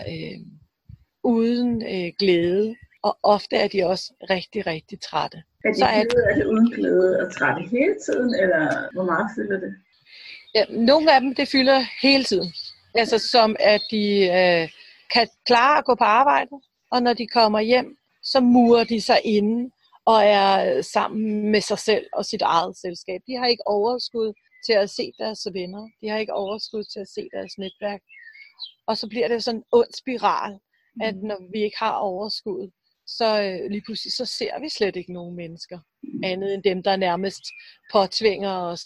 uden glæde, og ofte er de også rigtig, rigtig trætte. Er de kede af det uden glæde og trætte hele tiden, eller hvor meget fylder det? Ja, nogle af dem, det fylder hele tiden. Altså som at de kan klare at gå på arbejde, og når de kommer hjem, så murer de sig inde og er sammen med sig selv og sit eget selskab. De har ikke overskud til at se deres venner. De har ikke overskud til at se deres netværk. Og så bliver det sådan en ond spiral, at når vi ikke har overskud, så lige pludselig så ser vi slet ikke nogen mennesker. Andet end dem, der nærmest påtvinger os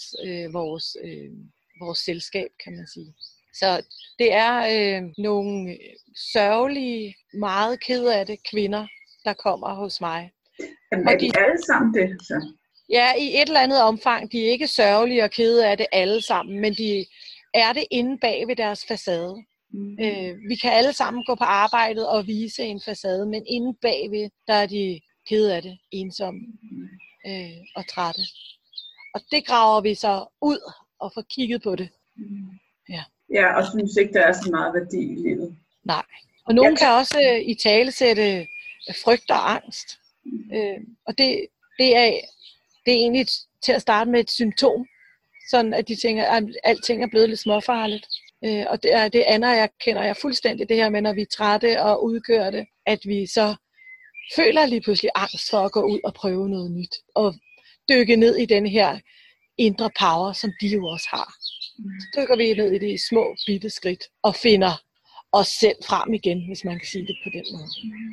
vores selskab, kan man sige. Så det er nogle sørgelige, meget kede af det kvinder, der kommer hos mig. Jamen, er de alle sammen det, så? Ja, i et eller andet omfang. De er ikke sørgelige og kede af det alle sammen, men de er det inde bag ved deres facade. Vi kan alle sammen gå på arbejdet og vise en facade, men inde bagved, der er de kede af det, ensomme og trætte. Og det graver vi så ud og får kigget på det. Ja, og synes ikke, der er så meget værdi i livet. Nej. Og nogen kan også italesætte frygt og angst. Og det er egentlig til at starte med et symptom. Sådan at de tænker, at alting er blevet lidt småfarligt. Og det anerkender jeg fuldstændig, det her med, når vi er trætte og udkørte, at vi så føler lige pludselig angst for at gå ud og prøve noget nyt. Og dykke ned i den her indre power, som de jo også har. Så dykker vi ned i det i små, bitte skridt og finder os selv frem igen, hvis man kan sige det på den måde.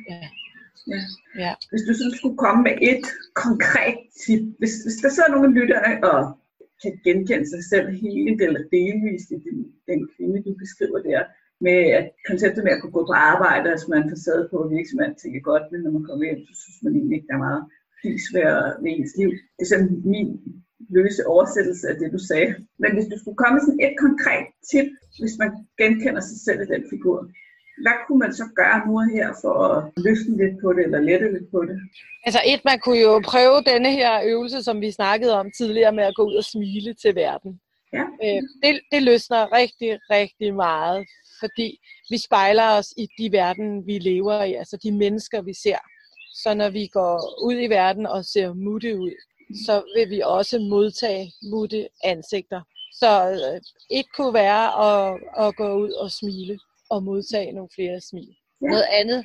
Ja. Hvis du så skulle komme med et konkret tip, hvis der sidder nogle lyttere og kan genkende sig selv helt eller delvist i den kvinde, du beskriver der, med at konceptet med at kunne gå på arbejde, altså man facade på virksomheden, tænker godt, men når man kommer hjem, så synes man egentlig ikke, der er meget fysvær ved ens liv. Det er sådan min løse oversættelse af det, du sagde. Men hvis du skulle komme med sådan et konkret tip, hvis man genkender sig selv i den figur, hvad kunne man så gøre nu her for at løsne lidt på det, eller lette lidt på det? Altså man kunne jo prøve denne her øvelse, som vi snakkede om tidligere, med at gå ud og smile til verden. Ja. Det løsner rigtig, rigtig meget, fordi vi spejler os i de verden, vi lever i, altså de mennesker, vi ser. Så når vi går ud i verden og ser mutte ud, så vil vi også modtage mutte ansigter. Så et kunne være at gå ud og smile og modtage nogle flere smil. Ja. Noget andet,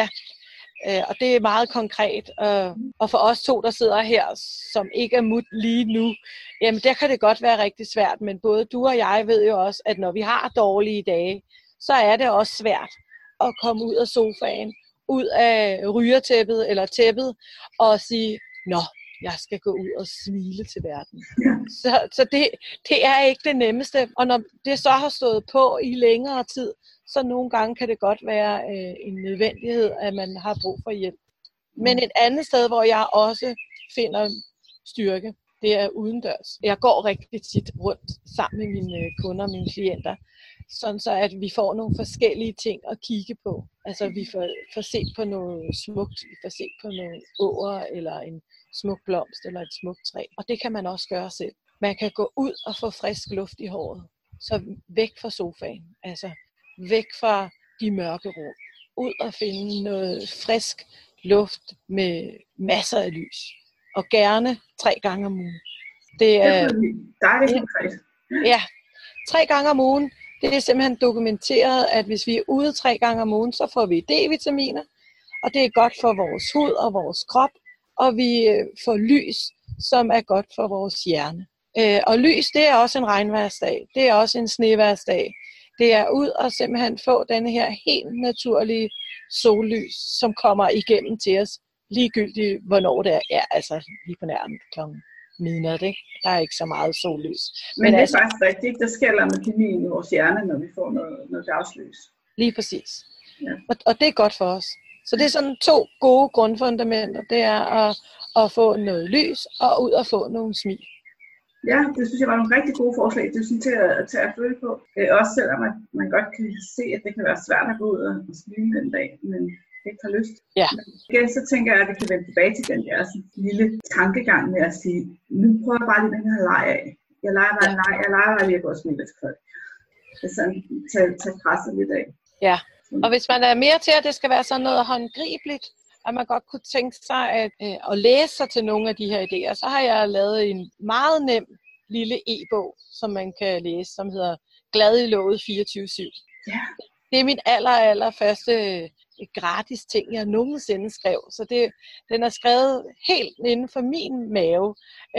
og det er meget konkret. Og for os to, der sidder her, som ikke er mut lige nu, jamen der kan det godt være rigtig svært, men både du og jeg ved jo også, at når vi har dårlige dage, så er det også svært at komme ud af sofaen, ud af rygertæppet eller tæppet, og sige, nå, jeg skal gå ud og smile til verden. Så det er ikke det nemmeste. Og når det så har stået på i længere tid, så nogle gange kan det godt være en nødvendighed, at man har brug for hjælp. Men et andet sted, hvor jeg også finder styrke, det er udendørs. Jeg går rigtig tit rundt sammen med mine kunder og mine klienter, sådan så at vi får nogle forskellige ting at kigge på. Altså vi får set på noget smukt, vi får set på nogle åer, eller en smuk blomst, eller et smukt træ. Og det kan man også gøre selv. Man kan gå ud og få frisk luft i håret. Så væk fra sofaen, altså væk fra de mørke rum. Ud og finde noget frisk luft med masser af lys. Og gerne 3 gange om ugen. Det er dejligt konkret. Ja, 3 gange om ugen. Det er simpelthen dokumenteret, at hvis vi er ude 3 gange om ugen, så får vi D-vitaminer. Og det er godt for vores hud og vores krop. Og vi får lys, som er godt for vores hjerne. Og lys, det er også en regnværsdag. Det er også en sneværsdag. Det er ud og simpelthen få denne her helt naturlige sollys, som kommer igennem til os, ligegyldigt hvornår det er. Ja, altså lige på nærmest klokken midnat, ikke? Der er ikke så meget sollys. Men det er faktisk rigtigt. Der sker med kemien i vores hjerne, når vi får noget dagslys. Lige præcis. Ja. Og det er godt for os. Så det er sådan 2 gode grundfundamenter. Det er at få noget lys og ud og få nogle smil. Ja, det synes jeg var nogle rigtig gode forslag. Det er sådan til at tage at føle på. Også selvom man godt kan se, at det kan være svært at gå ud og smile den dag, men ikke har lyst. Ja. Men igen, så tænker jeg, at vi kan vende tilbage til den der sådan, lille tankegang med at sige, nu prøver jeg bare lige den her leg af. Jeg leger bare lige at gå og smile til folk. Det er sådan, tage presset lidt af. Ja, og hvis man er mere til, at det skal være sådan noget håndgribeligt, at man godt kunne tænke sig at læse sig til nogle af de her idéer, så har jeg lavet en meget nem lille e-bog, som man kan læse, som hedder Glad i låget 24/7. Ja. Det er min aller første gratis ting, jeg nogensinde skrev. Så den er skrevet helt inden for min mave,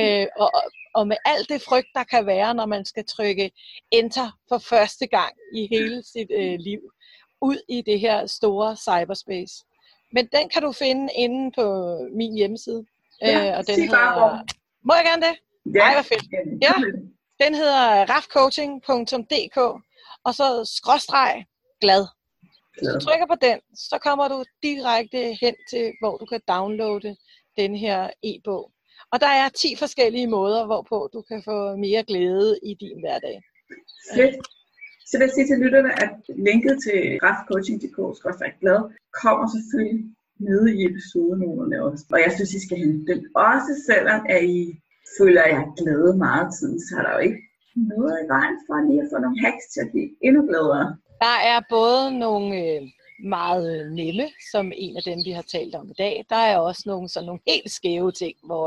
og med alt det frygt, der kan være, når man skal trykke enter for første gang i hele sit liv, ud i det her store cyberspace. Men den kan du finde inde på min hjemmeside. Ja, og den hedder... Må jeg gerne det? Ja. Nej, hvor fedt. Ja, den hedder rafcoaching.dk, og så skråstreg glad. Hvis du trykker på den, så kommer du direkte hen til, hvor du kan downloade den her e-bog. Og der er 10 forskellige måder, hvorpå du kan få mere glæde i din hverdag. Fedt. Så vil jeg sige til lytterne, at linket til rafcoaching.dk/glad kommer selvfølgelig nede i episodenoterne også. Og jeg synes, I skal hente den. Også selvom at I føler, at jeg er glade meget tid, så er der jo ikke noget i vejen for lige at få nogle hacks til at blive endnu gladere. Der er både nogle meget nemme, som en af dem, vi har talt om i dag. Der er også sådan nogle helt skæve ting, hvor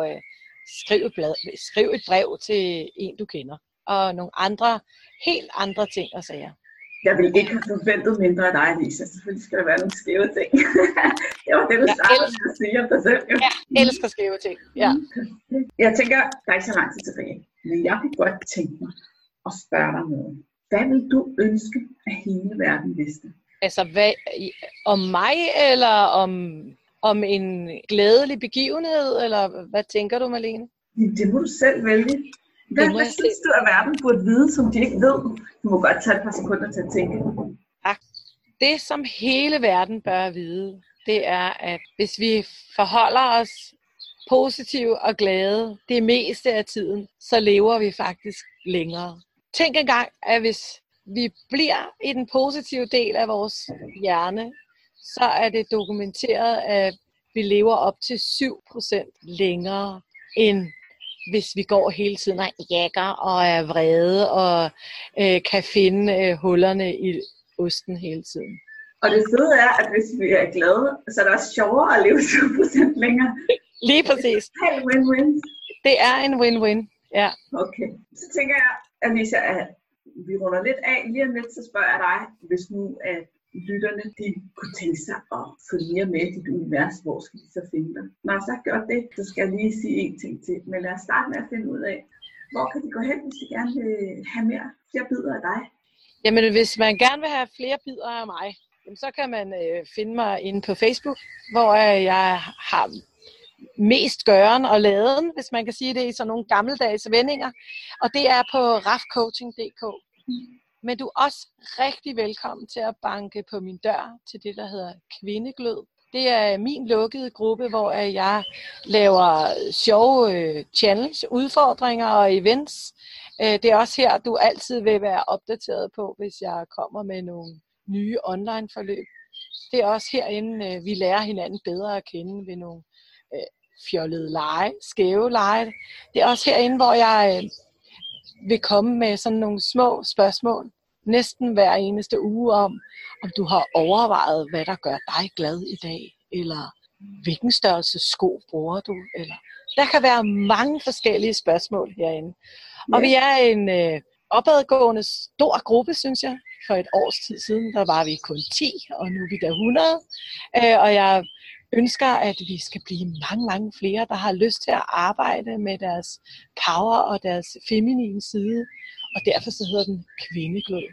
skriv et brev til en, du kender. Og nogle helt andre ting og sager. Jeg vil ikke have forventet mindre af dig, Lisa. Selvfølgelig skal der være nogle skæve ting. Det var det, du startede med at sige om dig selv. Jeg elsker skæve ting. Ja. Jeg tænker, der er ikke så lang tid tilbage. Men jeg kunne godt tænke mig at spørge dig noget. Hvad vil du ønske, at hele verden vidste? Altså, om mig, eller om en glædelig begivenhed, eller hvad tænker du, Malene? Det må du selv vælge. Hvad synes du, at verden burde vide, som de ikke ved? Du må godt tage et par sekunder til at tænke. Tak. Det, som hele verden bør vide, det er, at hvis vi forholder os positive og glade det meste af tiden, så lever vi faktisk længere. Tænk engang, at hvis vi bliver i den positive del af vores hjerne, så er det dokumenteret, at vi lever op til 7% længere, end hvis vi går hele tiden og jakker og er vrede og kan finde hullerne i osten hele tiden. Og det fede er, at hvis vi er glade, så er det også sjovere at leve 7% længere. Lige præcis. Helt win-win. Det er en win-win, ja. Okay. Så tænker jeg, Alicia, at vi runder lidt af. Lige om lidt, så spørger jeg dig, hvis nu at lytterne de kunne tænke sig at følge mere med i dit univers, hvor skal de så finde dig? Når jeg så har gjort det, så skal jeg lige sige en ting til. Men lad os starte med at finde ud af, hvor kan de gå hen, hvis de gerne vil have flere bidder af dig? Jamen, hvis man gerne vil have flere bidder af mig, så kan man finde mig inde på Facebook, hvor jeg har mest gøren og laden, hvis man kan sige det i sådan nogle gammeldags vendinger. Og det er på rafcoaching.dk. Men du er også rigtig velkommen til at banke på min dør til det, der hedder Kvindeglød. Det er min lukkede gruppe, hvor jeg laver sjove challenge, udfordringer og events. Det er også her, du altid vil være opdateret på, hvis jeg kommer med nogle nye online forløb. Det er også herinde, vi lærer hinanden bedre at kende ved nogle fjollede lege, skæve lege. Det er også herinde, hvor jeg vil komme med sådan nogle små spørgsmål, næsten hver eneste uge om du har overvejet, hvad der gør dig glad i dag, eller hvilken størrelse sko bruger du, eller der kan være mange forskellige spørgsmål herinde. Og vi er en opadgående stor gruppe, synes jeg. For et års tid siden, der var vi kun 10, og nu er vi der 100. Og jeg ønsker, at vi skal blive mange flere, der har lyst til at arbejde med deres power og deres feminine side. Og derfor så hedder den Kvindeglød.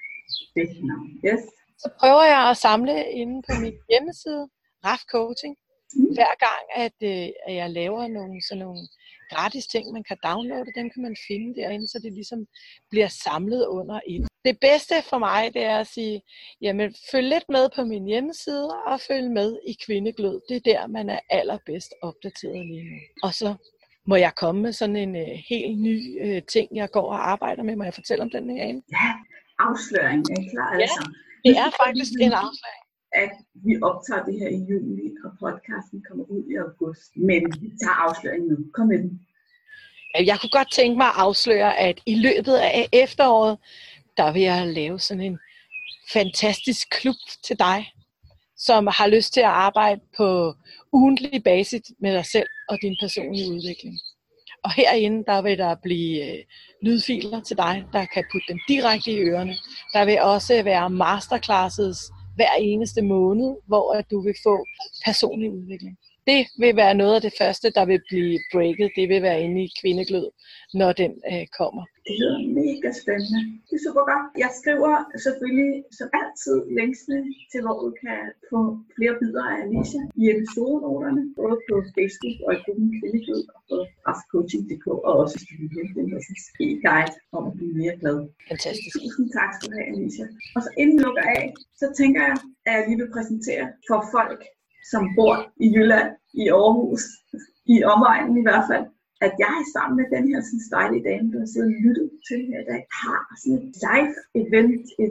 Yes. Så prøver jeg at samle inde på min hjemmeside, Raf Coaching. Hver gang, at jeg laver sådan nogle gratis ting, man kan downloade, dem kan man finde derinde, så det ligesom bliver samlet under et. Det bedste for mig, det er at sige, jamen følg lidt med på min hjemmeside, og følg med i Kvindeglød. Det er der, man er allerbedst opdateret lige nu. Og så Må jeg komme med sådan en helt ny ting, jeg går og arbejder med? Må jeg fortælle om den, Ane? Ja, afsløring er klar alle sammen. Det er faktisk en afsløring. At vi optager det her i juli, og podcasten kommer ud i august. Men vi tager afsløringen nu. Kom med den. Jeg kunne godt tænke mig at afsløre, at i løbet af efteråret, der vil jeg lave sådan en fantastisk klub til dig, som har lyst til at arbejde på ugentlig basis med dig selv og din personlige udvikling. Og herinde, der vil der blive lydfiler til dig, der kan putte dem direkte i ørerne. Der vil også være masterclasses hver eneste måned, hvor du vil få personlig udvikling. Det vil være noget af det første, der vil blive breaket. Det vil være inde i Kvindeglød, når den kommer. Det lyder mega spændende. Det er super godt. Jeg skriver selvfølgelig som altid linksene til, hvor du kan få flere bidder af Alicia i episodenoterne, både på Facebook og i gruppen Kvindeglød og på raskcoaching.dk og også i Studiet e-guide om at blive mere glad. Fantastisk. Tusind tak skal du have, Alicia. Og så inden vi lukker af, så tænker jeg, at jeg lige vil præsentere for folk, som bor i Jylland, i Aarhus, i omegnen i hvert fald, at jeg sammen med den her sådan dejlige dame, der har siddet og lyttet til her i dag, har sådan et live-event, et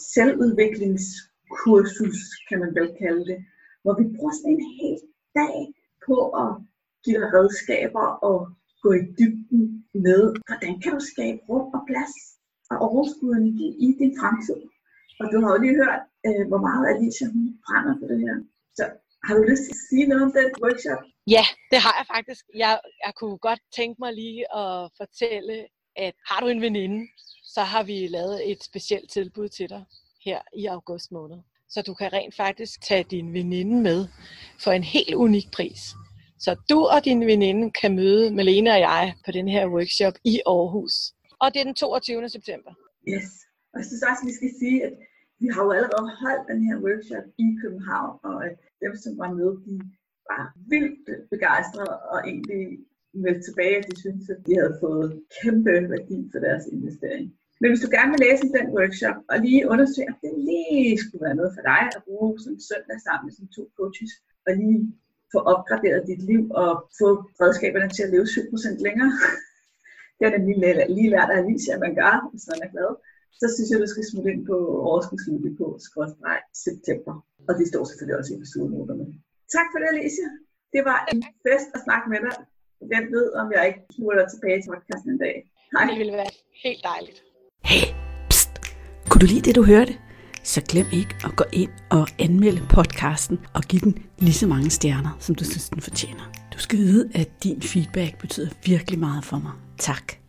selvudviklingskursus, kan man vel kalde det, hvor vi bruger sådan en hel dag på at give dig redskaber og gå i dybden med, hvordan kan du skabe rum og plads og overskud energi i din fremtid. Og du har jo lige hørt, hvor meget Alicia hun brænder på det her. Så har du lyst til at sige noget om den workshop? Ja, det har jeg faktisk. Jeg kunne godt tænke mig lige at fortælle, at har du en veninde, så har vi lavet et specielt tilbud til dig her i august måned. Så du kan rent faktisk tage din veninde med for en helt unik pris. Så du og din veninde kan møde Malene og jeg på den her workshop i Aarhus. Og det er den 22. september. Yes. Og jeg synes også, vi skal sige, at vi har jo allerede holdt den her workshop i København, og dem, som var med, de var vildt begejstrede og egentlig meldte tilbage, at de syntes, at de havde fået kæmpe værdi for deres investering. Men hvis du gerne vil læse den workshop, og lige undersøge, at det lige skulle være noget for dig at bruge sådan en søndag sammen med sine 2 coaches, og lige få opgraderet dit liv og få redskaberne til at leve 7% længere. Det er nemlig lige lært af Alicia, at man gør, hvis man er glad. Så synes jeg, du skal smutte ind på overskudsliv.dk/september. Og det står selvfølgelig også i episodenoterne. Tak for det, Alicia. Det var en fest at snakke med dig. Hvem ved, om jeg ikke smutter tilbage til podcasten en dag. Hej. Det ville være helt dejligt. Hey, pst. Kunne du lide det, du hørte? Så glem ikke at gå ind og anmelde podcasten og give den lige så mange stjerner, som du synes, den fortjener. Du skal vide, at din feedback betyder virkelig meget for mig. Tak.